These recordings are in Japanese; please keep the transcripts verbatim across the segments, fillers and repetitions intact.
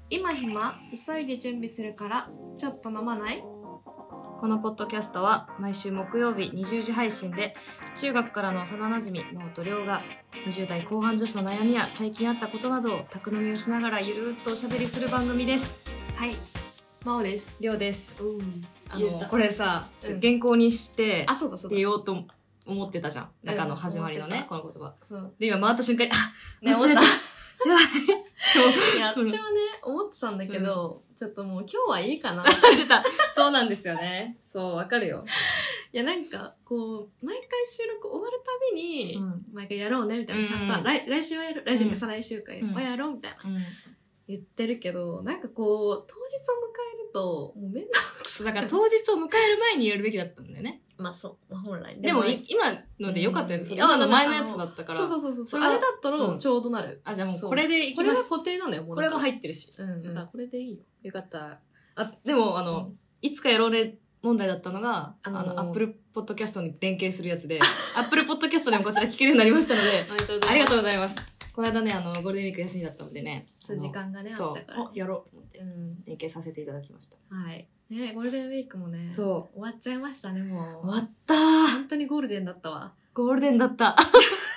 今暇急いで準備するからちょっと飲まない？ このポッドキャストは毎週木曜日にじゅうじ配信で、中学からの幼なじみのとりょうがにじゅう代後半女子の悩みや最近あったことなどを宅飲みをしながらゆるーっとおしゃべりする番組です。 はい、まおです。 りょうです。 うん、 あのこれさ、 うん、 原稿にしてあ、そうだそうだ言おうと思ってたじゃん、 うん、 なんかあの始まりのね、 この言葉。 そうで今回った瞬間にあね思ったやばいいや私はね思ってたんだけど、うん、ちょっともう今日はいいかな出たそうなんですよね。そうわかるよ。 いやなんかこう毎回収録終わるたびに、うん、毎回やろうねみたいな、ちゃんと、うん、来, 来週はやる来週か再来週かはやろうみたいな、うん、言ってるけど、なんかこう当日を迎えるともうめんどくさい。 だから当日を迎える前にやるべきだったんだよね。 まあそう、まあ、本来でも今のでよかったよね、うん、今の前のやつだったから。 そうそうそうそう、それあれだったらちょうどなる、 うん、あ、じゃあもうこれでいきます。 これが固定なのよ、もうこれも入ってるし、 うん、だからこれでいいよ。 よかった。あ、でもあの、うん、いつかやろうね問題だったのが、あの、あの、Apple Podcast に連携するやつで、Apple Podcast でもこちら聞けるようになりましたので、ありがとうございます。この間ね、あの、ゴールデンウィーク休みだったのでね、 ちょっと時間がね、あったから、ね。 やろうと思って、うん、連携させていただきました。 はい。ね、ゴールデンウィークもね、そう。終わっちゃいましたね、もう。 終わったー。 本当にゴールデンだったわ。 ゴールデンだった。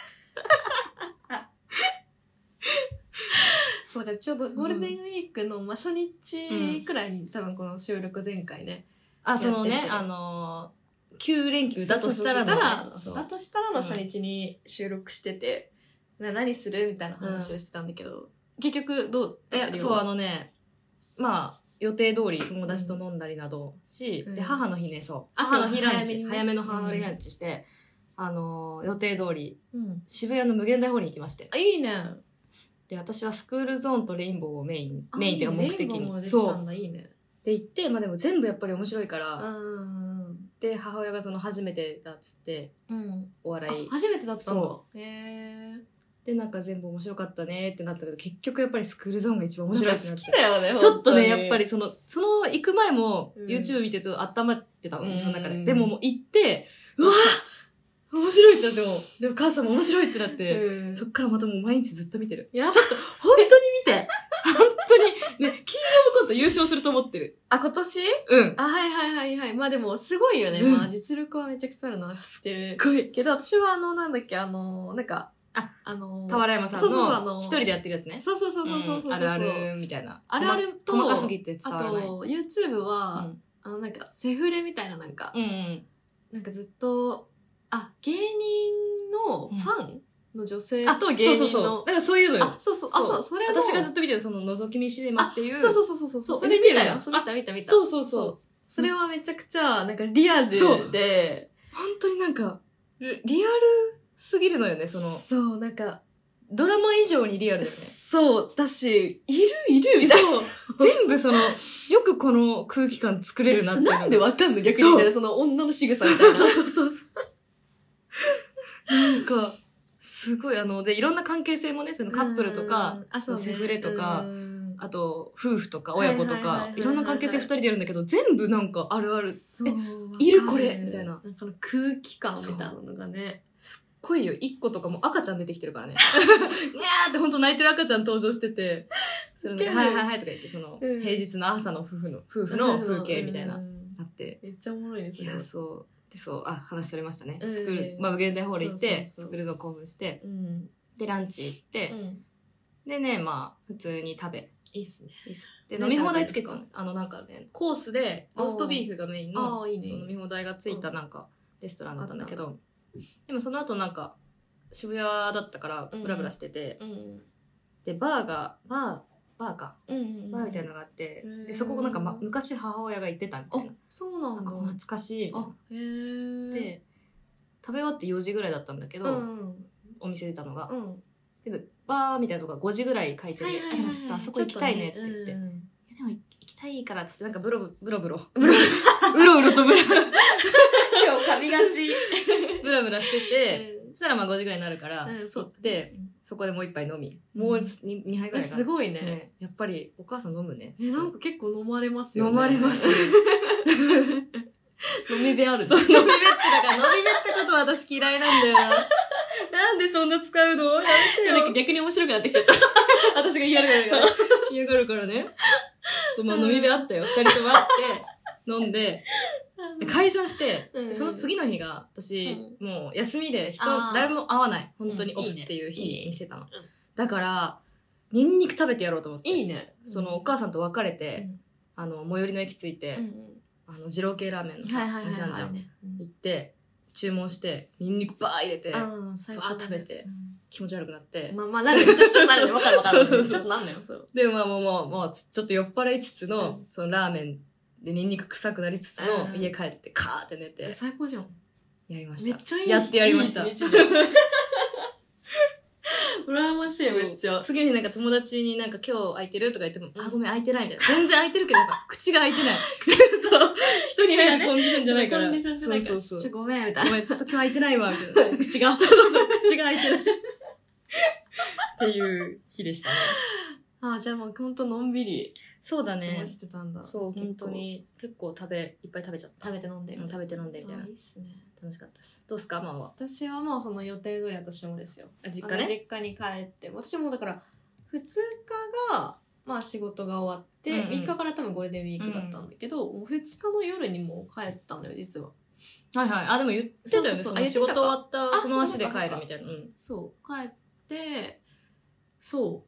そうだ、ちょうどゴールデンウィークの、まあ、初日くらいに、うん、多分この収録前回ね。 あ、そのね、あのー、きゅう連休だとしたらの、ね、 だとしたらの初日に収録してて、うん、な何するみたいな話をしてたんだけど、うん、結局どうえ、そう、あのね、まあ、予定通り友達と飲んだりなどし、うん、で、母の日ね、そう。母の日ランチ、早めの母の日ランチして、うん、あのー、予定通り、うん、渋谷の無限大ホールに行きまして。 あ、いいね。 で、私はスクールゾーンとレインボーをメイン、メインっていうか目的に。 そう。いいね。 で、行って、まあでも全部やっぱり面白いから、うんで、母親がその初めてだっつって、うん、お笑い。 初めてだったんだ。 そう。へー。で、なんか全部面白かったねってなったけど、結局やっぱりスクールゾーンが一番面白いってなって。 好きだよね、 ちょっとね、やっぱりその、その行く前も YouTube 見てちょっと温まってたの、うん、自分の中で。でももう行って、うわぁ面白いってなっても、でも母さんも面白いってなって、うん、そっからまたもう毎日ずっと見てる。ちょっと、本当に見て本当に、ね、キングオブコント優勝すると思ってる。 あ、今年うん。 あ、はいはいはいはい。まあでも、すごいよね。うん、まあ実力はめちゃくちゃあるのは知ってる。 すごい。 けど、私はあの、なんだっけ、あの、なんか、 あ、あのー、俵山さんの一人でやってるやつね。 そうそうそうそうそうそう、うん、 あるあるみたいな。 あるあると、 細かすぎて伝わらない。 あと、YouTube は、うん、あの、なんか、セフレみたいななんか、うんうん、なんかずっと、あ、芸人のファン、うん、の女性と芸人の。そうそうそう。だからそういうのよ。あ、そうそう。あ、そう、それ私がずっと見てる、その、覗き見シネマっていう。 そうそうそうそう。 そう、それ見たよ。 見た見た見た。 そうそうそう。 それはめちゃくちゃ、なんかリアルで、 本当になんか、リアルすぎるのよね、その。 そう、なんか、 ドラマ以上にリアルだよね。 そう、だし、いるいるみたいな。 そう。全部その、よくこの空気感作れるなって。 なんでわかんの逆にみたいな、その女の仕草みたいな。そうそうそう。 なんか、すごいあの、で、いろんな関係性もね、そのカップルとか、あそうね、セフレとか、あと、夫婦とか親子とか、いろんな関係性二人でやるんだけど、全部なんかあるある。そう。いるこれみたいな。 なんかの空気感みたいなのがね。 すっごいよ。一個とかも赤ちゃん出てきてるからね。にゃーってほんと泣いてる赤ちゃん登場してて、それで、はいはいはいとか言って、その、平日の朝の夫婦の、夫婦の風景みたいな、あって。 めっちゃおもろいですね。 いや、そう。で、そう、あ、話されましたね。スクール、まあ、無限大ホール行って、スクールゾーン興奮して、で、ランチ行って、でね、まあ、普通に食べ。 いいっすね。 いいっす。で、飲み放題つけてたの。あの、なんかね、コースで、ローストビーフがメインの、いいね、その飲み放題がついたなんか、レストランだったんだけど、でもその後なんか、渋谷だったから、ブラブラしてて、うんうん、で、バーが、バー、バーか、うんうんうん、バーみたいなのがあって、で、そこなんか、ま、昔母親が行ってたみたいな。 あ、そうなんだ。 なんか懐かしいみたいな。へー。で、食べ終わってよじぐらいだったんだけど、うんうん、お店出たのが。うん、で、バーみたいなとこがごじぐらい書いてて、あ、でもちょっとあそこ行きたいねって言って。ね、うん、いやでも行きたいからってって、なんかブロブロブロ。ブロブロブロとブラブラ。 今日噛みがち。 ブラブラしてて、うん、そしたらまあごじぐらいになるから、うん、そうで、そこでもう一杯飲み。もう 2, 2杯ぐらいかな。 すごいね、 ね。やっぱりお母さん飲むね。 ね、なんか結構飲まれますよね。 飲まれますね。 飲み部あるそう、飲み部ってだから、飲み部ってことは私嫌いなんだよな。なんでそんな使うのやめてよ。 なんか逆に面白くなってきちゃった。私が嫌がるから。 嫌がるからね。そう、まあ飲み部あったよ。二人ともあって、飲んで、解散して、うん、その次の日が、私、うん、もう休みで人、誰も会わない。本当にオフっていう日にしてたの。うんいいね、だから、ニンニク食べてやろうと思って。 いいね。 そのお母さんと別れて、うん、あの、最寄りの駅着いて、うんうん、あの、二郎系ラーメンのさ、店あんじゃん。行って、注文して、ニンニクバー入れて、バー食べて、うん、気持ち悪くなって。 まあまあ、なるよ。ちょっとなるよ。わかるわかる。そうそうそう。ちょっとなんだよ。 で、まあもう、もう、もう、ちょっと酔っ払いつつの、うん、そのラーメンでニンニク臭くなりつつの、家帰ってカーって寝て。 最高じゃん。 やりました。 めっちゃいい。 やってやりました。いい羨ましい、めっちゃ。 次になんか友達になんか今日空いてるとか言っても、うん、あ、ごめん空いてないみたいな。全然空いてるけど、なんか口が開いてない。そう。人に会えるコンディションじゃないから。 コンディションじゃないから。そうそうそう。ちょ、ごめん、みたいな。 ごめん、ちょっと今日空いてないわ、みたいな。 口が。 そうそうそう、口が開いてない。っていう日でしたね。 ああ、じゃあもうほんとのんびり。 そうだね。 過ごしてたんだ。 そう、本当に結構食べ、いっぱい食べちゃった。 食べて飲んで。 うん、食べて飲んでみたいな。 いいっすね。 楽しかったです。どうっすか、ママは。 私はもうその予定通り私もですよ。 実家ね。 実家に帰って。私もだから、ふつかが、まあ仕事が終わって、うんうん、みっかから多分ゴールデンウィークだったんだけど、うん、もうふつかの夜にもう帰ったのよ、実は。 はいはい。あ、でも言ってたよね。そうそうそう、仕事終わったその足で帰るみたいな。うん、 そう、帰って、そう、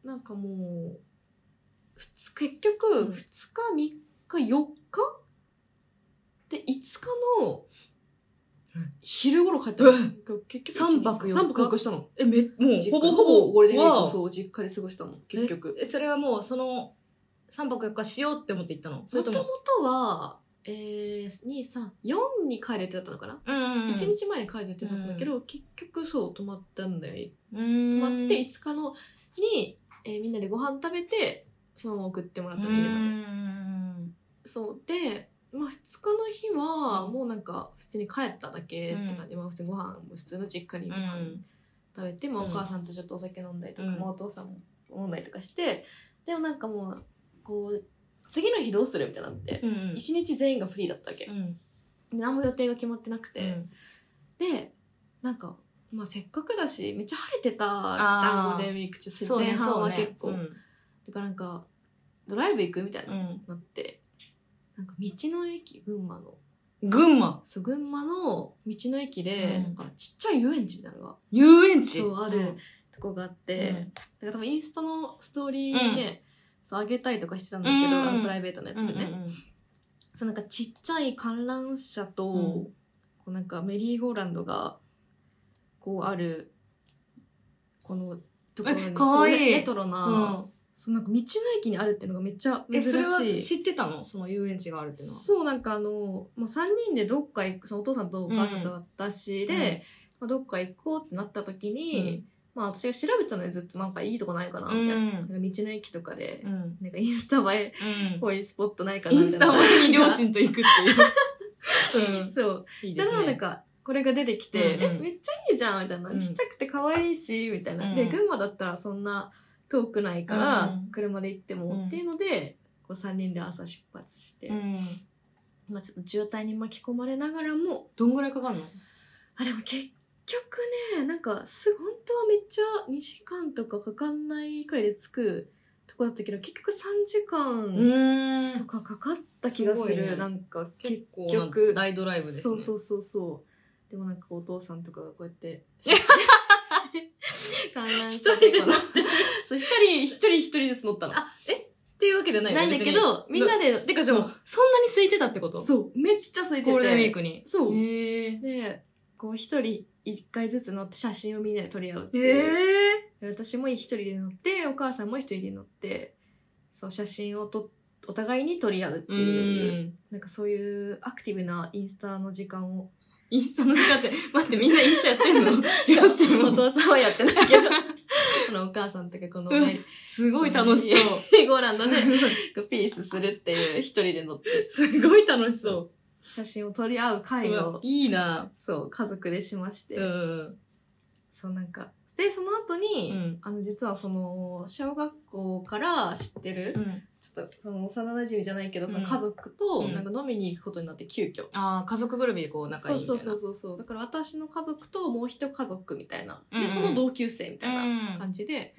なんかもう、結局、ふつか、みっか、よっかで、いつかの、昼頃帰ったの。 結局さんぱくよっか。 さんぱくよっかしたの。 え、め、もう、 ほぼほぼゴールデンウィークそう、実家で過ごしたの。結局。 え、それはもう、その、さんぱくよっかしようって思って行ったの？ それとも。もともとは、えー、に、さん、よんに帰る予定だったのかな？うんうん。いちにちまえに帰る予定だったんだけど、結局そう、泊まったんだよね。泊まっていつかのに、えー、みんなでご飯食べて、そのまま送ってもらったの、家まで。そう。で、まあ、ふつかの日は、もうなんか、普通に帰っただけって感じ。うん、まあ、普通にご飯、普通の実家にご飯食べて、うん、まあ、お母さんとちょっとお酒飲んだりとか、うん、まあ、お父さんも飲んだりとかして、でもなんかもう、こう、次の日どうするみたいになって、うん、一日全員がフリーだったわけ。うん、何も予定が決まってなくて。うん、で、なんか、まあ、せっかくだし、めっちゃ晴れてたじゃん、ゴールデンウィーク中、前半は結構。ねねうん、だからなんか、ドライブ行くみたいな、うん、なって、なんか道の駅、群馬の。 群馬そう、群馬の道の駅で、うん、なんかちっちゃい遊園地みたいなのが。 遊園地そう、ある、うん、とこがあって、うん、だから多分インスタのストーリーにね、うん、そう、あげたりとかしてたんだけど、うん、あのプライベートのやつでね。うんうんうん、そう、なんかちっちゃい観覧車と、うん、こうなんかメリーゴーランドが、こうある、このところに、 かわいいレトロな、うんそうなんか道の駅にあるっていうのがめっちゃ珍しい。え、それは知ってたの？その遊園地があるっていうのは。 そう、なんかあの、もうさんにんでどっか行く、そのお父さんとお母さんと私で、うんまあ、どっか行こうってなった時に、うん、まあ私が調べてたのでずっとなんかいいとこないかな、みたいな。うん、なんか道の駅とかで、うん、なんかインスタ映えっぽいスポットないかな、みたいな。 インスタ映えに両親と行くっていう。 うん、そう。いいですね。だからなんか、これが出てきて、うんうん、え、めっちゃいいじゃんみたいな。ちっちゃくて可愛いし、みたいな。うん、で、群馬だったらそんな、遠くないから、車で行っても、うん、っていうので、こうさんにんで朝出発して、うん、まあちょっと渋滞に巻き込まれながらも、 どんぐらいかかるの？ あ、でも結局ね、なんか、すぐ、本当はめっちゃにじかんとかかかんないくらいで着くとこだったけど、結局さんじかんとかかかった気がする。すね、なんか、結局。 大ドライブですね。 そうそうそうそう。でもなんかお父さんとかがこうやって、観覧車でこのそう、一人、一人一人ずつ乗ったの。 あ、えっていうわけじゃないよね。ないんだけど、みんなで。 てか、じゃあ、そんなに空いてたってこと？ そう。めっちゃ空いてて。 ゴールデンウィークに。 そう。へー。で、こう一人一回ずつ乗って写真をみんなで撮り合うっていう。へー。私も一人で乗って、お母さんも一人で乗って、そう、写真を撮お互いに撮り合うっていう、なんかそういうアクティブなインスタの時間を。 インスタの時間って、待って、みんなインスタやってんの？両親も。 お父さんはやってないけど。このお母さんとかこのね、 すごい楽しそう。 メリーゴーランドでピースするっていう一人で乗って。 すごい楽しそう。 写真を撮り合う会を。 いいな。 そう、家族でしまして。 うん。 そう、なんか。で、その後に、うん、あの、実はその、小学校から知ってる、うん、ちょっと、その、幼馴染じゃないけど、その家族と、なんか飲みに行くことになって、急遽。 ああ、家族ぐるみでこう、仲いいみたいな。 そうそうそうそう。だから私の家族ともう一家族みたいな。で、うんうん、その同級生みたいな感じで、うん、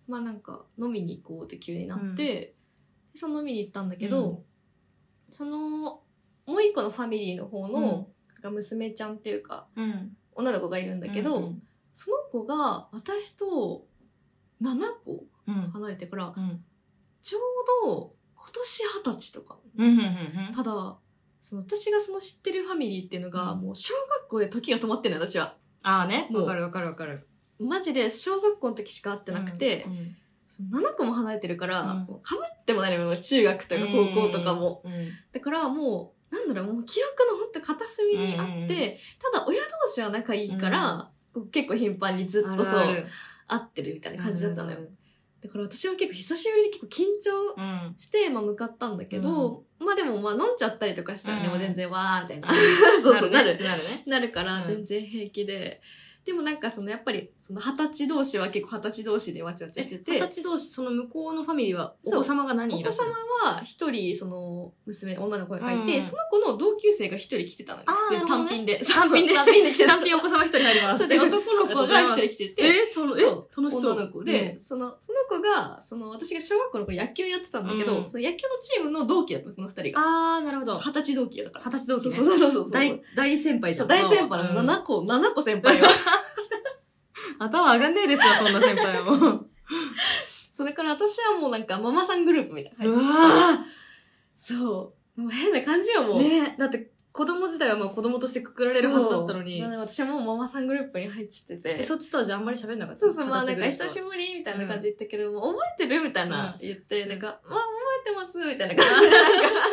まあなんか飲みに行こうって急になって、うん、その飲みに行ったんだけど、うん、そのもう一個のファミリーの方の、うん、娘ちゃんっていうか、うん、女の子がいるんだけど、うんうん、その子が私とななこ離れてから、うん、ちょうど今年二十歳とか、うんうんうんうん、ただその私がその知ってるファミリーっていうのが、うん、もう小学校で時が止まってんのよ私は。 ああね、わかるわかるわかる。 マジで小学校の時しか会ってなくて、うんうん、そのななこも離れてるから、うん、もう被ってもないのよ、中学とか高校とかも、うんうん、だからもうなんだろう、もう記憶のほんと片隅にあって、うんうん、ただ親同士は仲いいから、うん、結構頻繁にずっとそうあるある会ってるみたいな感じだったのよ。だから私は結構久しぶりに結構緊張して、うん、まあ向かったんだけど、うん、まあでもまあ飲んじゃったりとかしたらね、うん、もう全然わーみたいな。そうそう、なる。なるね。なるから全然平気で。でもなんかそのやっぱりその二十歳同士は結構二十歳同士でわちゃわちゃしてて。 二十歳同士、その向こうのファミリーはお子様が何人いらっしゃる？ お子様は一人その娘、女の子がいて、うん、その子の同級生が一人来てたのよ。普通に単品で。 単品で。単品で来て単品お子様一人入ります。 それで男の子が一人来てて。 えー、楽しそう。 女の子で、うん、その、その子が、その私が小学校の頃野球やってたんだけど、うん、その野球のチームの同期だった、この二人が。 あー、なるほど。 二十歳同期だから。 二十歳同期ね。 そうそうそうそう。 大、大先輩じゃん。 大先輩の七個、七個先輩は。 頭上がんねえですよ、そんな先輩も。 それから私はもうなんかママさんグループみたいな。 うわーそう。もう変な感じよ、もう。 ね、だって子供自体はもう子供としてくくられるはずだったのに。 私はもうママさんグループに入っちゃってて。 え、そっちとはじゃああんまり喋んなかった？ そうそう、まあなんか久しぶりみたいな感じで言ったけど、うん、もう覚えてるみたいな言って、うん、なんか、まあ覚えてますみたいな感じで。なんか、気まずい。その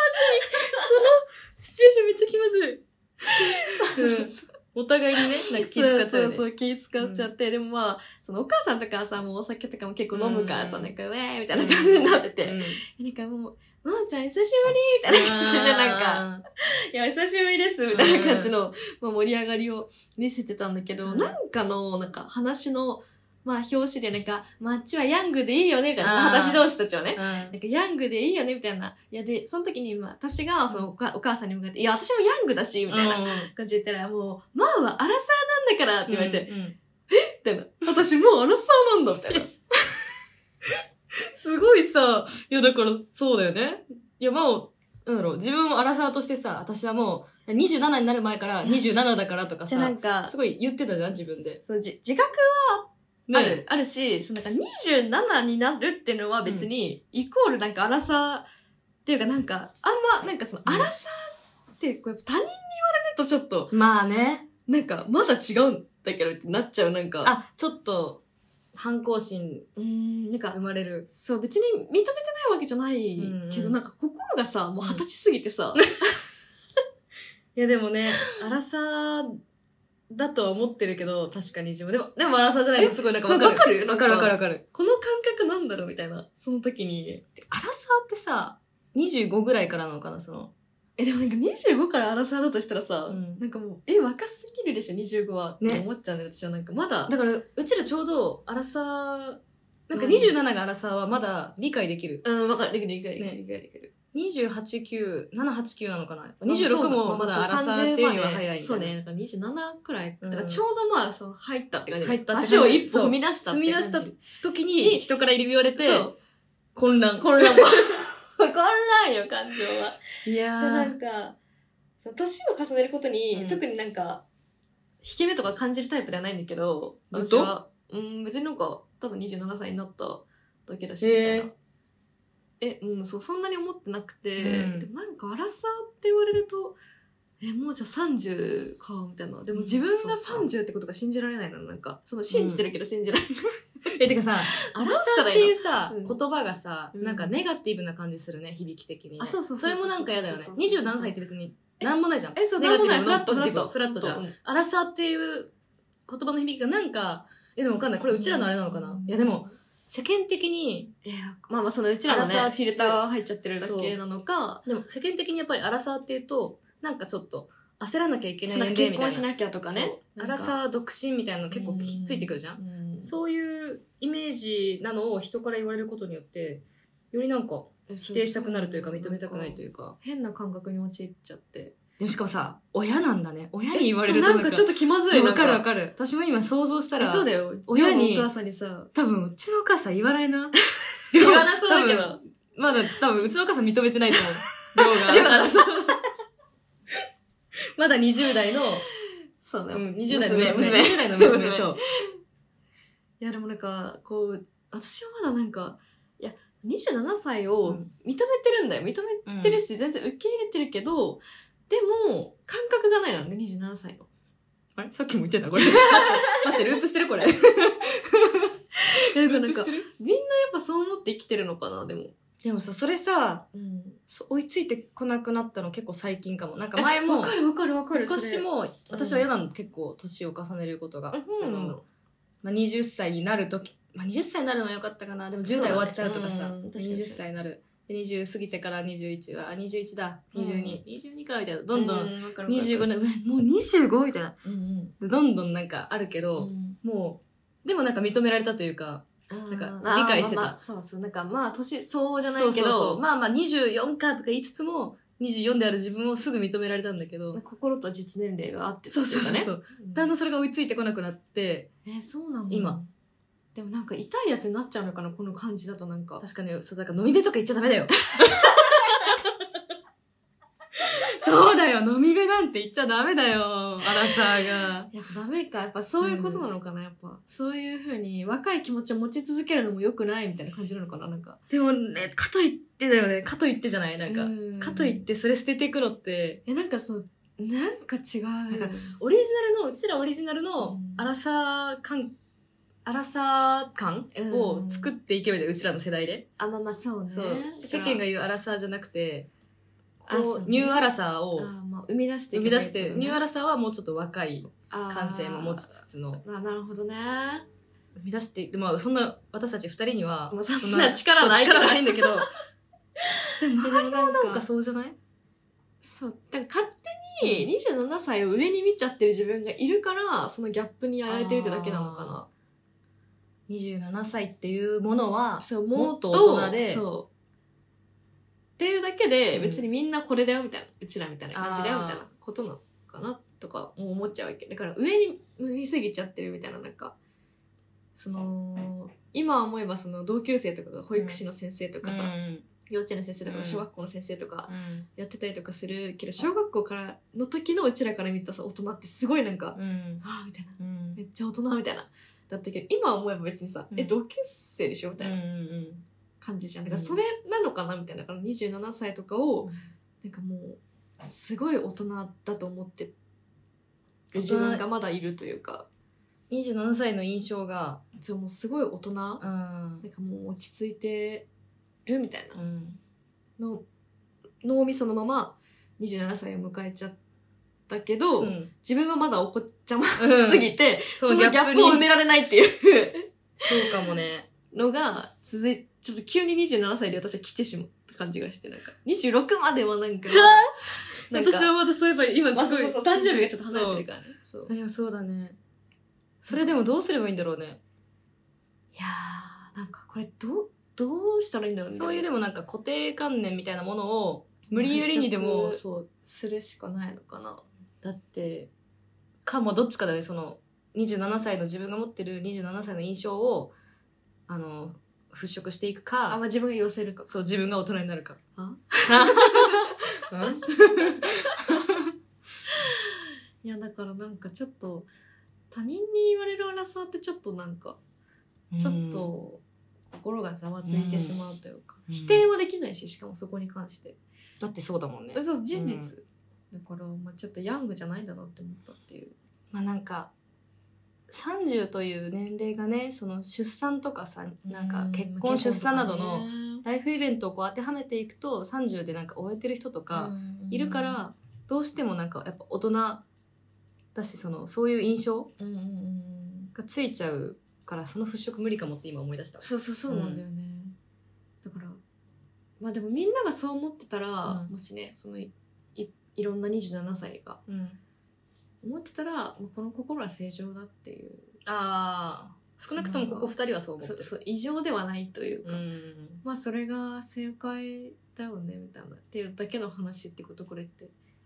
シチュエーションめっちゃ気まずい。そうそうお互いにね、なんか気使っちゃう、ね。 そうそう、気使っちゃって、うん、でもまあ、そのお母さんとかさ、もうお酒とかも結構飲むからさ、うん、なんか、ウェーみたいな感じになってて、うん、なんかもう、まーちゃん久しぶりみたいな感じでなんか、いや、久しぶりですみたいな感じの、まあ、盛り上がりを見せてたんだけど、うん、なんかの、なんか話の、まあ、表紙でなんか、まあ、あっちはヤングでいいよねみたいな、私同士たちはね、うん、なんかヤングでいいよねみたいな。いや、で、その時に、まあ、私が、そのおか、お母さんに向かって、いや、私もヤングだし、みたいな感じで言ったら、もう、まあはアラサーなんだからって言われて、うんうん、えみたいな。私もうアラサーなんだみたいな。 すごいさ、いや、だから、そうだよね。いや、まあ、なんだろう、自分もアラサーとしてさ、私はもう、にじゅうななになる前からにじゅうななだからとかさ、なんかすごい言ってたじゃん、自分で。 そう、じ、自覚は、ある、ね、あるし、そのなんかにじゅうななになるっていうのは別に、イコールなんかアラサーっていうかなんか、あんま、なんかそのアラサーってこう他人に言われるとちょっと、 まあね。 なんかまだ違うんだけどってなっちゃう、なんか。 あ、ちょっと、反抗心、 うん、なんか、 生まれる。 そう、別に認めてないわけじゃないけど、うん、なんか心がさ、もう二十歳過ぎてさ。 いやでもね、アラサー、だとは思ってるけど、確かに自分。でも、でもアラサーじゃないとすごいなんかわかる。わかるわかるわかるわかる。 この感覚なんだろうみたいな。その時に。 アラサーってさ、にじゅうごぐらいからなのかな、その。 え、でもなんかにじゅうごからアラサーだとしたらさ、うん、なんかもう、え、若すぎるでしょ、にじゅうごは。ね。って思っちゃうね、私はなんかまだ。 だから、うちらちょうどアラサー、なんかにじゅうなながアラサーはまだ理解できる。 うん、わかる。できる、理解できる、理解できる。 にじゅうはち、きゅう、なな、はち、きゅうなのかな ?にじゅうろく もまだアラサーっていうには早いみたいな。 そうね。なんかにじゅうななくらい。だからちょうどまあ、そう、入ったって感じ。入ったって足を一歩踏み出したって踏み出した時に人から言われて、 混乱。混乱も。混乱よ、感情は。 いやー。 で、なんか、年を重ねることに、うん、特になんか、引け目とか感じるタイプではないんだけど、 ずっとは、 うん、別になんか、ただにじゅうななさいになっただけだし、みたいな。え、うん、そう、そんなに思ってなくて、うん、でもなんか、アラサーって言われると、え、もうじゃあさんじゅうか、みたいな。でも自分がさんじゅうってことが信じられないの、なんか。その、信じてるけど信じられない。 うん、え、てかさ、アラサーっていうさ、うん、言葉がさ、なんかネガティブな感じするね、響き的に。 あ、そうそうそう。それもなんか嫌だよね。にじゅうななさいって別に、なんもないじゃん。 え、そう、なんもない。フラット、 フラット。フラットじゃん。アラサーっていう言葉の響きがなんか、え、でもわかんない。これうちらのあれなのかな、うん、いやでも、世間的に、 いや、まあまあそのうちらのね、フィルター入っちゃってるだけなのか。 でも世間的にやっぱりアラサーっていうと、なんかちょっと焦らなきゃいけない年齢みたいな。 結婚しなきゃとかね。 アラサー独身みたいなの結構ひっついてくるじゃん。うん、そういうイメージなのを人から言われることによって、よりなんか否定したくなるというか認めたくないというか。 変な感覚に陥っちゃって。 でもしかもさ、親なんだね。親に言われるとなんかちょっと気まずい。 わかるわかる。私も今想像したら。 そうだよ。 親に。 お母さんにさ。 多分、うちのお母さん言わないな。 言わなそうだけど。 まだ多分、うちのお母さん認めてないと思う。量が。量がまだにじゅう代の、 そうだ、 うん、にじゅう代の娘。にじゅう代の娘、そう。 いや、でもなんか、こう、私はまだなんか、いや、にじゅうななさいを認めてるんだよ。認めてるし、全然受け入れてるけど、でも、感覚がないのね、にじゅうななさいの。 あれさっきも言ってたこれ。待って、ループしてるこれ。 いや、だからなんか、みんなやっぱそう思って生きてるのかな、でも。 でもさ、それさ、 うん、 追いついてこなくなったの結構最近かも。なんか前も。 わかるわかるわかる。 昔も、私は嫌なの、結構年を重ねることが。うん、その、まあ、はたちになるとき、まあ、はたちになるのは良かったかな。でもじゅう代終わっちゃうとかさ、ね、うん、はたちになる。で、にじゅう過ぎてからにじゅういちは、あ、にじゅういちだ、にじゅうに、うん、にじゅうにかみたいな。どんどん、にじゅうごねん、もうにじゅうごみたいな、うんうん。どんどんなんかあるけど、うん、もう、でもなんか認められたというか、なんか理解してた。 まあまあ、そうそう。なんかまあ、年そうじゃないけど、 そうそうそうまあまあにじゅうよんかとか言いつつも、にじゅうよんである自分をすぐ認められたんだけど。 心と実年齢があって、 そうそうそうそう。だんだんそれが追いついてこなくなって。 えー、そうなんだ。 今。 でもなんか痛いやつになっちゃうのかな、この感じだとなんか。 確かに、そう、だから飲みべとか言っちゃダメだよ。そうだよ、飲みべなんて言っちゃダメだよ、アラサーが。 やっぱダメか、やっぱそういうことなのかな、やっぱ。そういう風に若い気持ちを持ち続けるのも良くないみたいな感じなのかな、なんか。 でもね、かといってだよね、かといってじゃないなんか、かといってそれ捨てていくのって。 え、なんかそう、なんか違う。なんかオリジナルの、うちらオリジナルのアラサー感、アラサー感を作っていけばいい、うちらの世代で。 あ、まあまあそうね。そう世間が言うアラサーじゃなくて、こうニューアラサーを生み出して生み出して、ニューアラサーはもうちょっと若い感性も持ちつつの。 あ、なるほどね。 生み出して、でもそんな私たち二人には、 そんな力ない力ないんだけど、でも周りはなんかそうじゃない？ そう。だから勝手ににじゅうななさいを上に見ちゃってる自分がいるから、そのギャップにあえてるってだけなのかな。 にじゅうななさいっていうものは、 そう、 もっと大人で、 そう。っていうだけで、別にみんなこれだよみたいな、うちらみたいな感じだよみたいなことなのかなとかも思っちゃうわけ。だから上に見すぎちゃってるみたいな、なんか、その、今思えばその同級生とかが保育士の先生とかさ、うん、幼稚園の先生とか小学校の先生とかやってたりとかするけど、小学校からの時のうちらから見たさ、大人ってすごいなんか、うん、ああみたいな、うん、めっちゃ大人みたいな。だったけど、今思えば別にさ、うん、え、同級生でしょみたいな感じじゃん。だからそれなのかなみたいな。だからにじゅうななさいとかを、うん、なんかもう、すごい大人だと思ってる自分がまだいるというか。 にじゅうななさいの印象が、 そう、もうすごい大人、うん、なんかもう落ち着いてるみたいな、うん、の脳みそのままにじゅうななさいを迎えちゃったけど、うん、自分はまだお子ちゃますぎて、うん、そのギャップを埋められないっていうそうかもねのが続いちょっと急ににじゅうななさいで私は来てしまった感じがして、なんかにじゅうろくまではなんかなんか私はまだそういえば今すごい、 まあ、そうそうそう、誕生日がちょっと離れてるからね。 そう。いや、そうだね。それでもどうすればいいんだろうね。 いやー、なんかこれどう、どうしたらいいんだろうね。 そういうでもなんか固定観念みたいなものを無理やりにでも、 そうするしかないのかな。 だって、かもどっちかだね、そのにじゅうななさいの自分が持ってるにじゅうななさいの印象を、あの、払拭していくか。 あ、まあ、自分が寄せるか。 そう、自分が大人になるか。 あいや、だからなんかちょっと、他人に言われるアラサーってちょっとなんか、ちょっと心がざわついてしまうというか、うん、否定はできないし、しかもそこに関して。 だってそうだもんね。 そう、事実。うん、だから、まあちょっとヤングじゃないんだなって思ったっていう。 まあなんか、さんじゅうという年齢がね、その出産とかさ、なんか結婚、出産などのライフイベントをこう当てはめていくと、さんじゅうでなんか終えてる人とかいるから、どうしてもなんかやっぱ大人だし、その、そういう印象がついちゃうから、その払拭無理かもって今思い出した。 そうそうそうなんだよね。うん、だから、まあでもみんながそう思ってたら、うん、もしね、そのい、い、いろんなにじゅうななさいが、うん思ってたら、この心は正常だっていう。 ああ。少なくともここ二人はそう思ってる。 そう、異常ではないというか。うんまあそれが正解だよね、みたいな。っていうだけの話ってこと、これって。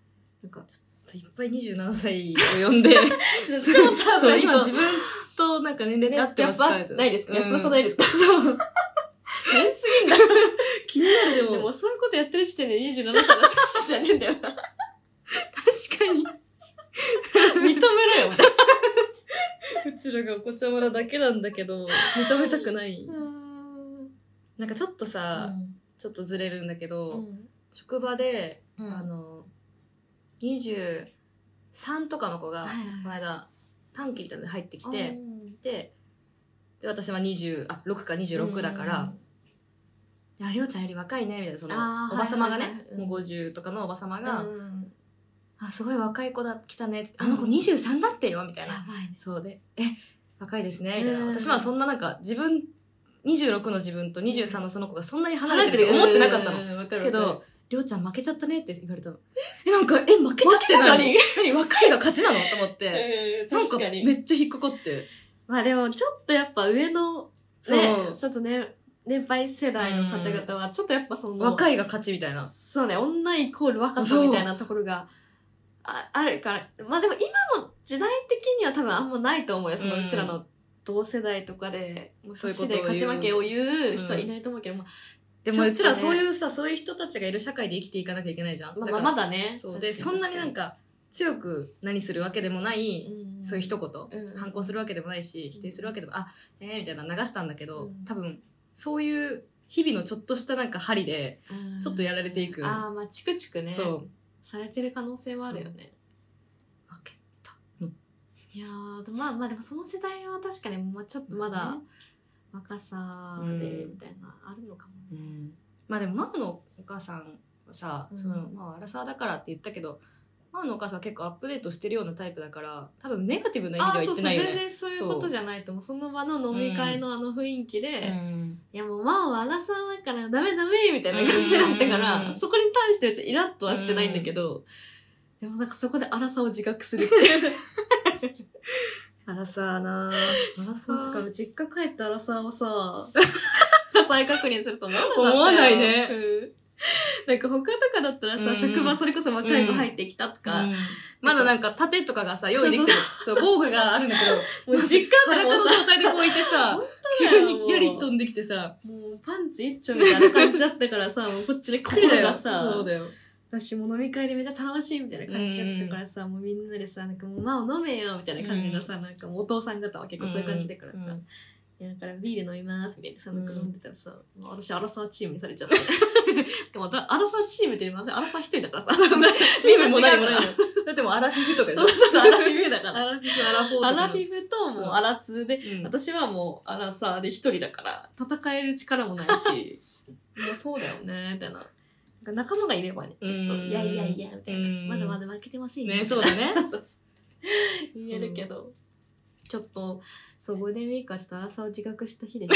なんかちょっといっぱいにじゅうななさいを呼んで、超さ、そう、今自分となんか年齢で合ってますか？ ないですか？やっぱ差ないですか？そう。変すぎんだ。 気になるでも。 でもそういうことやってる時点でにじゅうななさいの話じゃねえんだよな。確かに。認めろよ、みたいな。うちらがお子ちゃまなだけなんだけど、認めたくない。なんかちょっとさ、うん、ちょっとずれるんだけど、うん、職場で、うん、あの、にじゅうさんとかの子が、この間、短期みたいなので入ってきて、で、で私はにじゅう、あ、ろくかにじゅうろくだから、あ、りょうちゃんより若いね、みたいな、その、おばさまがね、はいはいはい、もうごじゅうとかのおばさまが、うん、あ、すごい若い子だ、来たね、あの子にじゅうさんだってよ、みたいな。やばいね。そうで、え、若いですね、みたいな。私はそんななんか、自分、にじゅうろくの自分とにじゅうさんのその子がそんなに離れてると思ってなかったの。けど、りょうちゃん負けちゃったねって言われたの。え、なんか、え、負けたって何？何若いが勝ちなのと思って。えー、確かに。なんか、めっちゃ引っかかって。 まあでも、ちょっとやっぱ上の、ね、ちょっとね、年配世代の方々は、ちょっとやっぱその、 若いが勝ちみたいな。 そうね、女イコール若さみたいなところがあ、あるから、まあでも今の時代的には多分あんまないと思うよ、そのうちらの同世代とかで、もうそういうことで勝ち負けを言う人はいないと思うけど、まあ、 でもうちらそういうさ、そういう人たちがいる社会で生きていかなきゃいけないじゃん。 まあまあまだね。 そうで、そんなになんか強く何するわけでもない、うん、そういう一言、うん、反抗するわけでもないし、否定するわけでも、あ、えーみたいな流したんだけど、うん、多分、そういう日々のちょっとしたなんか針で、ちょっとやられていく。 うん、ああ、まあチクチクね。そう。されてる可能性はあるよね。 負けた。うん、 いやー、まあまあでもその世代は確かに、まあちょっとまだ、若さで、みたいな、あるのかもね。うん、 まあでも、ママのお母さんはさ、うん、その、まあ、アラサーだからって言ったけど、ママのお母さんは結構アップデートしてるようなタイプだから、多分ネガティブな意味では言ってないよね。 そうそう、全然そういうことじゃないと思う。その場の飲み会のあの雰囲気で、うん、いやもうママはアラサーだからダメダメみたいな感じだったから、うん、そこに対して別にイラッとはしてないんだけど、うん、でもなんかそこでアラサーを自覚するって。アラサーなぁ。アラサー。から実家帰ったアラサーをさ、再確認すると思わなかったよ。 思わないね。 うん、なんか他とかだったらさ、うん、職場それこそ若い子入ってきたとか、うん、 まだなんか盾とかがさ、用意できてる。そう、防具があるんだけど、もう実家裸の状態でこういてさ、急にやり飛んできてさ、 もうパンツ一丁みたいな感じだったからさ、もうこっちで心がさ、 そうだよ。 私も飲み会でめっちゃ楽しいみたいな感じだったからさ、うん、もうみんなでさ、なんかもうまあ飲めよみたいな感じのさ、うん、なんかもうお父さん方は結構そういう感じだからさ、うん、いやだからビール飲みますみたいなさ、なんか飲んでたらさ、うん、私アラサーチームにされちゃった。でもアラサーチームって言いません、アラサー一人だからさ、 チームもないもないも。だってもうアラフィフとかでしょ。 そうそう、アラフィフだから。 アラフィフ、アラフォーとか。 アラフィフともうアラツーで、うん、私はもうアラサーで一人だから、戦える力もないし、もうそうだよね、みたいな。仲間がいればね、ちょっと、いやいやいや、みたいな。まだまだ負けてませんよ。 ね、そうだね。そう言えるけど、ちょっと、そう、ゴールデンウィークはちょっと荒さを自覚した日でした。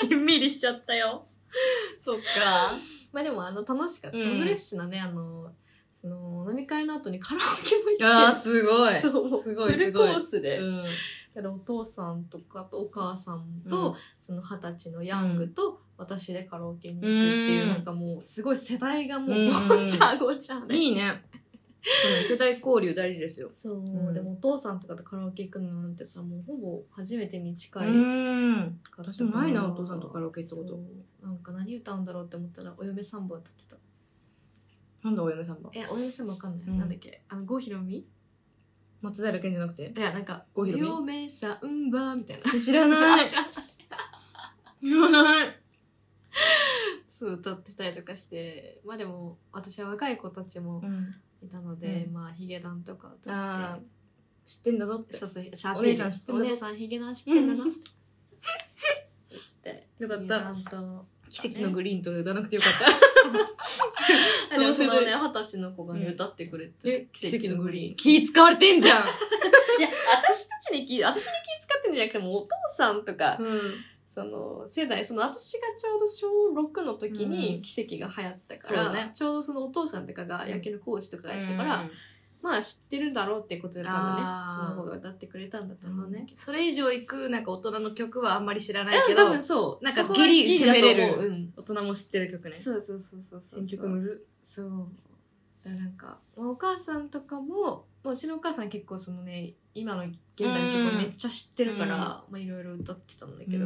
しんみりしちゃったよ。 そっか。まあでも、あの、楽しかった。うん、フレッシュなね、あの、その、飲み会の後にカラオケも行って。 ああ、すごい。 そう、 すごい、 すごい。フルコースで。うんお父さんとかとお母さんと、うん、その二十歳のヤングと私でカラオケに行くっていう、うん、なんかもうすごい世代がもうごちゃごちゃで。 いいね。そうね、世代交流大事ですよ。 そう、うん、でもお父さんとかとカラオケ行くのなんてさ、もうほぼ初めてに近い。うん。 私もないな、お父さんとカラオケ行ったこと。 なんか何歌うんだろうって思ったら、お嫁サンバ歌ってた。 なんだお嫁サンバ？ え、お嫁サンバわかんない。うん、なんだっけあの、郷ひろみ松平健じゃなくていや、なんか、お嫁さんばみたいな。 知らない。言わない。 そう、歌ってたりとかして、まあでも、私は若い子たちもいたので、うん、まあ、ヒゲダンとか歌って。あ知ってんだぞって。 そうそう、シャープお姉さん知ってんだぞ。 お姉さんヒゲダン知ってんだな。 ってよかった。奇跡のグリーンと歌わなくてよかった。 でもそのね、二十歳の子がね、歌ってくれて。 奇跡のグリーン。気使われてんじゃん。いや、私たちに気、私に気使ってんじゃなくても、お父さんとか、うん、その、世代、その、私がちょうど小ろくの時に奇跡が流行ったから、うんね、ちょうどそのお父さんとかが野球のコーチとかやってたから、うん、まあ知ってるだろうってことで多分ね、その子が歌ってくれたんだと思うね。 それ以上行く、なんか大人の曲はあんまり知らないけど、 多分そう。 なんかギリ攻めれる、うん、大人も知ってる曲ね。 そうそうそうそうそう。 選曲むず。 そう。 だからなんか、お母さんとかも、まあ、うちのお母さん結構そのね、今の現代の曲をめっちゃ知ってるから、まあいろいろ歌ってたんだけど、そう。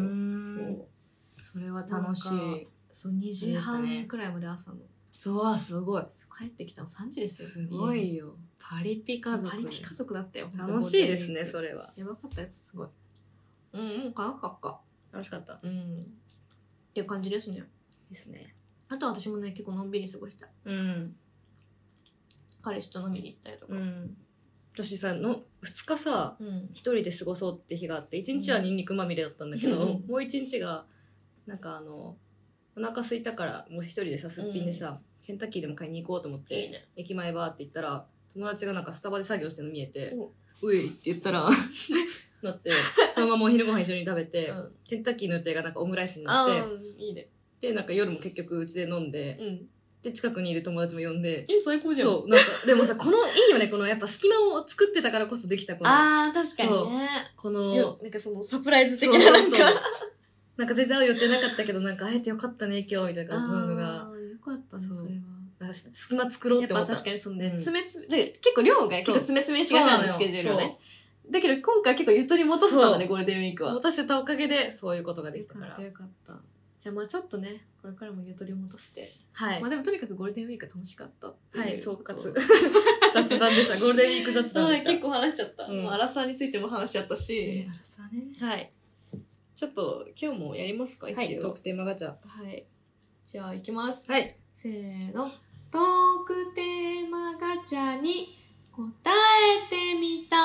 それは楽しい。 そう、にじはんくらいまで朝の。 そう、すごい。 帰ってきたのさんじですよ。 すごいよ。パリピ家族。 パリピ家族だったよ。 楽しいですね、それは。 やばかったやつ、すごい。うん、もう楽しかった。 楽しかった。 うん。っていう感じですね。 ですね。 あと私もね、結構のんびり過ごした。うん。彼氏と飲みに行ったりとか。うん。 私さ、のふつかさ、一、うん、人で過ごそうって日があって、いちにちはニンニクまみれだったんだけど、うん、もういちにちが、なんかあの、お腹空いたから、もう一人でさ、すっぴんでさ、うん、ケンタッキーでも買いに行こうと思って、いいね、駅前バーって行ったら、友達がなんかスタバで作業してるの見えて、ういって言ったら、なって、そのままお昼ご飯一緒に食べて、うん、ケンタッキーの予定がなんかオムライスになって、いいね。で、なんか夜も結局うちで飲んで、うん、で、近くにいる友達も呼んで。 え、最高じゃん。 そう。なんか、でもさ、この、いいよね、この、やっぱ隙間を作ってたからこそできた、この。 あー、確かにね。 この、 なんかその、サプライズ的ななんか。 なんか全然会う予定なかったけど、なんか会えてよかったね、今日、みたいな感じのが。 あー、よかったね、それは。 隙間作ろうって思った。 やっぱ確かにそのね、うん、詰め詰め、結構量が結構詰め詰めしがちなんです、スケジュールをね。だけど今回結構ゆとり持たせたんだね、ゴールデンウィークは。 持たせたおかげで、そういうことができたから。 よかったよかった。じゃあまあちょっとね、これからもゆとりを持たせて。はい。まあでもとにかくゴールデンウィーク楽しかったっていう。 はい、総括。雑談でした。ゴールデンウィーク雑談でした。 はい、結構話しちゃった。うん、まあアラサーについても話しちゃったし。 うん、アラサーね。 はい。ちょっと今日もやりますか、一応。 はい、トークテーマガチャ。 はい。じゃあ行きます。 はい。 せーの。トークテーマガチャに答えてみた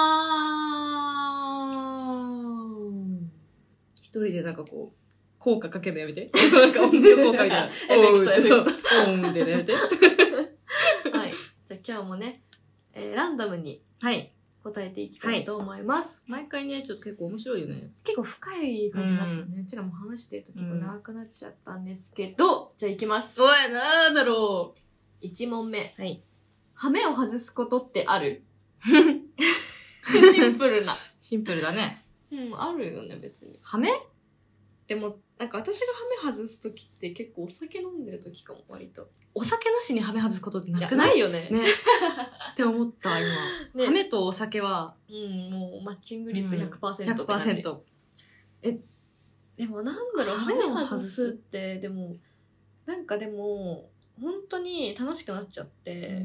ー。 一人でなんかこう、効果かけるのやめて。なんか音響効果みたいな。おーってそう。おーみたいなやめて。はい。 じゃあ今日もね、えー、ランダムに答えていきたいと思います。 はい、毎回ね、ちょっと結構面白いよね。 結構深い感じになっちゃうね。うん、うちらも話してると結構長くなっちゃったんですけど、うん、じゃあいきます。 おい、なんだろう。 一問目。 はい。 ハメを外すことってある？シンプルな。 シンプルだね。 うん、あるよね、別に。 ハメ？ でも、なんか私がハメ外すときって結構お酒飲んでるときかも、割と。 お酒なしにハメ外すことってなくない？ないよね。 ね。って思った、今。ね、ハメとお酒は、 うん、もうマッチング率 ひゃくパーセント って感じ。 ひゃくパーセント。え、 でもなんだろう、ハメを外すって、でも、なんかでも、本当に楽しくなっちゃって、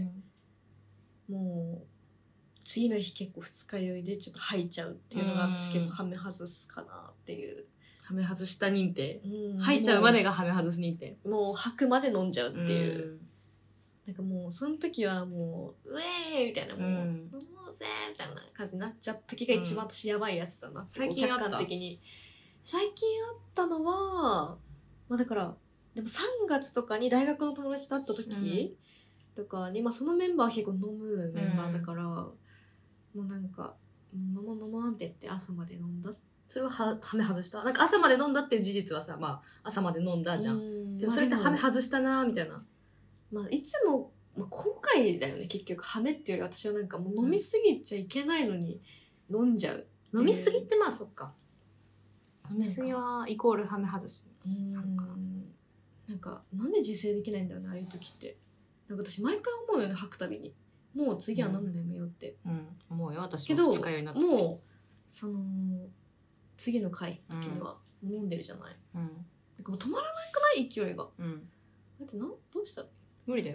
うん、もう、次の日結構二日酔いでちょっと吐いちゃうっていうのが私結構ハメ外すかなっていう。 ハメ外した認定、うん、吐いちゃうまでがハメ外す認定。 もう吐くまで飲んじゃうっていう。うん、なんかもうその時はもう、うえーみたいな、もう、うん、飲もうぜみたいな感じになっちゃった時が一番私やばいやつだなって。 最近あった？ 客観的に。最近あったのは、まあだから、でもさんがつとかに大学の友達と会った時、うん、とかに、まあそのメンバーは結構飲むメンバーだから、うん、もうなんか、飲もう飲もうって言って朝まで飲んだ。 それはは、はめ外した？なんか朝まで飲んだっていう事実はさ、まあ朝まで飲んだじゃん。んでもそれってはめ外したなーみたいな。 まあいつも、まあ、後悔だよね、結局。はめっていうより私はなんかもう飲みすぎちゃいけないのに飲んじゃう。 うん、飲みすぎってまあそっか。飲みすぎはイコールはめ外し。 なんか。なんか、なんで自制できないんだろうね、ああいう時って。なんか私毎回思うのよね、吐くたびに。もう次は飲むのやめようって。 うん、うん、思うよ、私も使うようになってて。 けど、もう、その、次の回の時には飲んでるじゃない。うん。なんかもう止まらなくない勢いが。うん。だってな、どうしたの？ 無理だよ。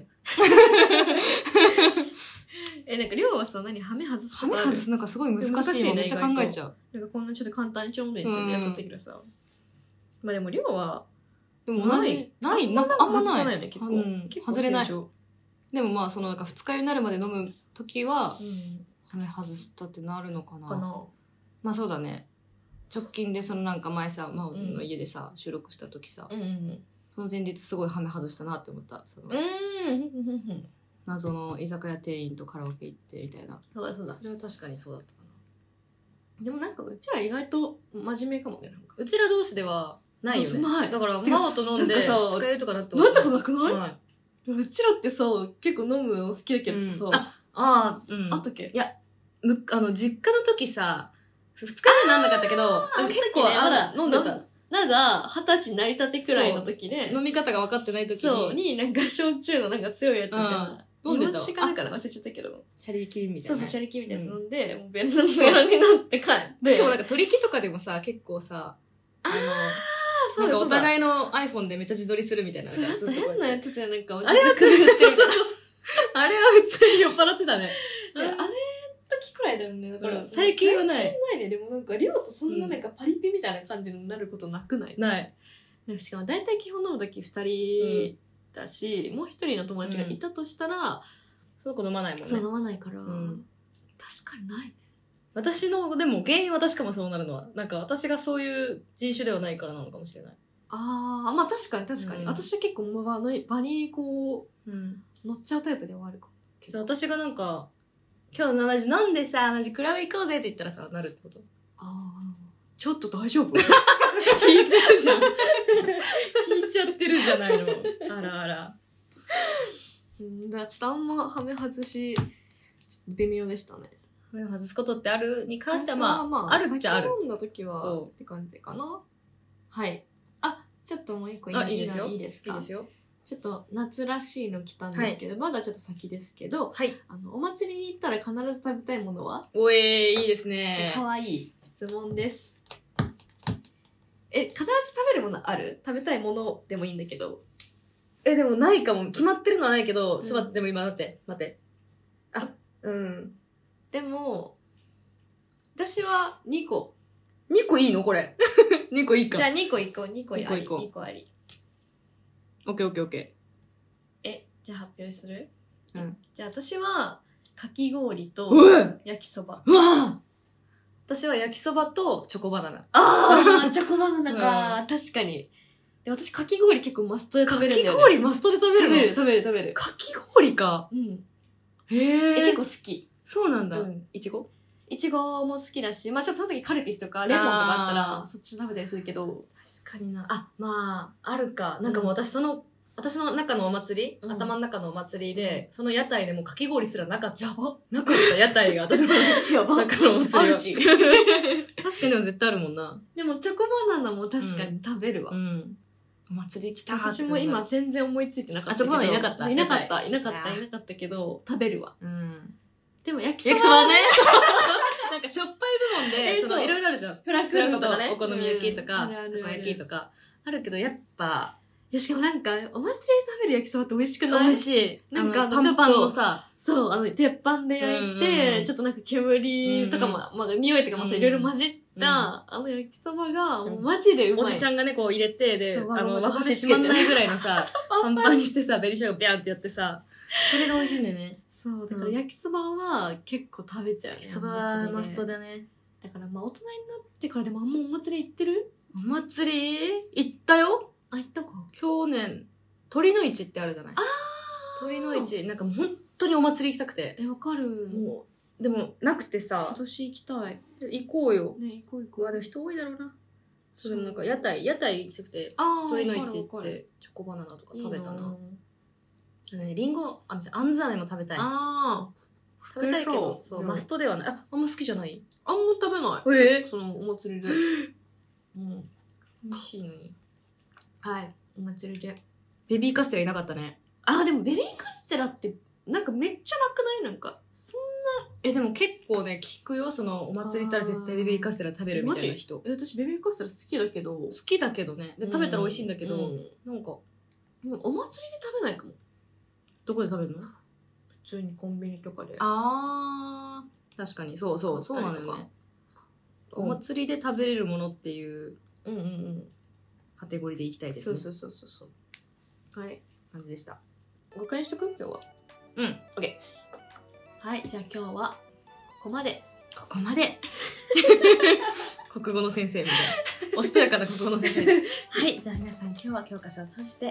え、なんか量はさ、何ハメ外すハメ外すなんかすごい難しいよね。めっちゃ考えちゃう。 なんかこんなちょっと簡単にちょんでにやっちゃったけどさ。まあでも量は、 でも同じ、ない、なんかあんまない。 ないよね、結構。うん、 外れない。でもまあ、そのなんか二日酔いになるまで飲むときは、うん、はめ外したってなるのかな。 かな。まあそうだね。直近でそのなんか前さ、真央の家でさ、収録したときさ、うんうん、その前日すごいはめ外したなって思った。そのうん謎の居酒屋店員とカラオケ行ってみたいな。 そうだそうだ。 それは確かにそうだったかな。でもなんかうちら意外と真面目かもね。なんかうちら同士ではないよね。 ない。 だから、真央と飲んで、二日酔いとかなってなったことなくない？はい。うちらってさ、結構飲むの好きだけどさ。うん、 あ、あー、うん。 あったっけ？ いや、む、あの、実家の時さ、二日酔いになんなかったけど、結構、あら、飲んでた。 なんか、二十歳になりたてくらいの時で。 飲み方が分かってない時に。 そう、になんか、焼酎のなんか強いやつみたいな。 飲んでたわ。 日本酒かなんか忘れちゃったけど。 シャリキみたいな。 そうそう、シャリキみたいなやつ飲んで、もうベロベロになって帰って。 しかもなんか取引とかでもさ、結構さ、あの、なんかお互いの iPhone でめっちゃ自撮りするみたいな。 そう、あと変なやつでなんか、 あれは首振ってるみたいな。あれは普通に酔っ払ってたね。 あれ時くらいだよね。だから最近はない。 最近ないね。でもなんか、リオとそんななんかパリピみたいな感じになることなくない？ ない。 なんかしかも大体基本飲むとき二人だし、もう一人の友達がいたとしたら、 その子飲まないもんね。 そう、飲まないから。確かにないね。 私の、でも原因は確かもそうなるのは、なんか私がそういう人種ではないからなのかもしれない。 ああ、まあ確かに確かに。私は結構場の場にこう、乗っちゃうタイプではあるかも。 じゃあ私がなんか、今日の同じ飲んでさ、同じクラブ行こうぜって言ったらさ、なるってこと？ ああ。ちょっと大丈夫？ 聞いてるじゃん。聞いちゃってるじゃないの。あらあら。 うん、だからちょっとあんまハメ外し、ちょっと微妙でしたね。 ハメ外すことってあるに関してはまあ、まあ、あるっちゃある。 飲んだ時は、そうって感じかな。はい。あ、ちょっともう一個いいですよ。いいですか？いいですよ。ちょっと夏らしいの来たんですけど、はい、まだちょっと先ですけど、はい、あのお祭りに行ったら必ず食べたいものは？ おえー、いいですね。 かわいい質問です。え、必ず食べるものある？食べたいものでもいいんだけど。 え、でもないかも。決まってるのはないけど、うん、ちょっと待って、でも今待って、待って。あ、うん。 でも、私はにこ。 にこいいのこれ。にこいいか。 じゃあにこいこう、にこあり。にこいこう。 あり。 オッケーオッケーオッケー。え、じゃあ発表する？ うん。 じゃあ私は、かき氷と、焼きそば。 うわ私は焼きそばとチョコバナナ。 ああ、チョコバナナか、うん。確かに。で私、かき氷結構マストで食べるんだよね。 かき氷マストで食べるの？ 食べる、食べる、食べる。 かき氷か。 うん。 へえ。 結構好き。 そうなんだ。 うん。 いちご？ いちごも好きだし、まあちょっとその時カルピスとかレモンとかあったら、そっち食べたりするけど。 確かにな。あ、まあ、あるか。なんかもう私その、うん、私の中のお祭り、うん、頭の中のお祭りで、その屋台でもかき氷すらなかった。 やば。 なかった屋台が、私のやば中のお祭りは。 あるし。 確かにでも絶対あるもんな。 でもチョコバナナも確かに食べるわ。 うん。うん、お祭り来た。 私も今全然思いついてなかったけど。 あ、チョコバナナいなかった。 いなかった、いなかった、いなかったけど、食べるわ。 うん。 でも焼きそば。 焼きそばね。なんかしょっぱい部門で、そのいろいろあるじゃん。 フランクフルトとかね。 お好み焼きとか、たこ焼きとか。あるけど、やっぱ、 いや、しかもなんか、お祭りで食べる焼きそばって美味しくない？ 美味しい。 なんか、 パンパンのさ、 そう、あの、鉄板で焼いて、ちょっとなんか煙とかも、まあ、匂いとかもさ、いろいろ混じった、あの焼きそばが、もうマジでうまい。 おじちゃんがね、こう入れて、で、あの、輪ゴムで閉まんないぐらいのさ、パンパンにしてさ、ベリーショーがビャーンってやってさ、それが美味しいんだよね。 そう、だから焼きそばは結構食べちゃうね。 焼きそばはマストだね。 だからまあ大人になってからでもあんまお祭り行ってる？ お祭り行ったよ。 あ、行ったか。 去年、鳥の市ってあるじゃない？ あー。鳥の市、なんかもう本当にお祭り行きたくて。 え、わかる。 もう、でもなくてさ。 今年行きたい。 行こうよ。 ね、行こう行こう。 あ、でも人多いだろうな。そう、でもなんか屋台、屋台行きたくて、鳥の市行って、チョコバナナとか食べたな。あのね、リンゴ、あ、あんず飴も食べたい。 ああ。 食べたいけど、そう、マストではない。あ、あんま好きじゃない？ あんま食べない。 えー、 そのお祭りで。 うん。美味しいのに。 はい。お祭りで。 ベビーカステラいなかったね。 あ、でもベビーカステラって、なんかめっちゃなくない？なんか。そんな。 え、でも結構ね、聞くよ。その、お祭り行ったら絶対ベビーカステラ食べるみたいな人。 え、私ベビーカステラ好きだけど。 好きだけどね。で、食べたら美味しいんだけど、うん、なんか。 お祭りで食べないかも。 どこで食べるの？ 普通にコンビニとかで。 あー、確かに。そうそう、そうなのよね。お祭りで食べれるものっていう、 うんうんうん。 カテゴリーでいきたいですね。 そうそうそうそう。はい。 感じでした。 ごかいにしとく？今日は。 うん。オッケー。はい、じゃあ今日は、ここまで。 ここまで。国語の先生みたいな。おしとやかな国語の先生。 はい、じゃあ皆さん今日は教科書を閉じて、はい、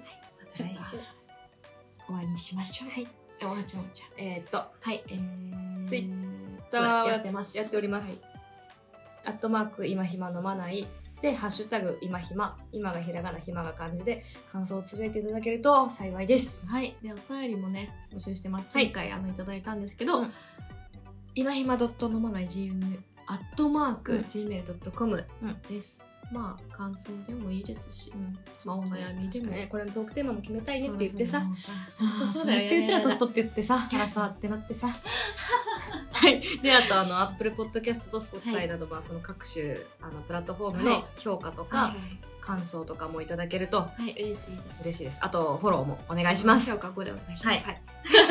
また来週。終わりにしましょう。はい。おはちゃんおちゃん。 えー、っと、 はい、えー、 ツイッターをやってます。やっております。はい、アットマーク今暇飲まないで、ハッシュタグ今暇、今がひらがな、暇が漢字で感想をつぶやいていただけると幸いです。 はい。で、お便りもね、募集してます。はい、前回あのいただいたんですけど、うん、今暇ドット飲まない ジーエム アットマーク ジーメールドットコム です。 まあ感想でもいいですし、うん、 まあお悩みでも、 ね、 これのトークテーマも決めたいねって言ってさ、 そうやってうちら年取ってってさ、あらさってなってさはい、であとあの Apple Podcast と Spotify など、まあその各種あのプラットフォームの評価とか、はい、感想とかもいただけると、はい、嬉しいです。嬉しいです。あとフォローもお願いします。 評価ごでお願いします。はい。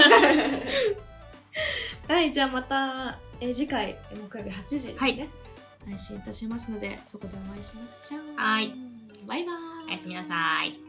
はい、じゃあまたえ次回木曜日はちじですね。はい、配信いたしますので、そこでお会いしましょう。 はい。 バイバーイ。 おやすみなさい。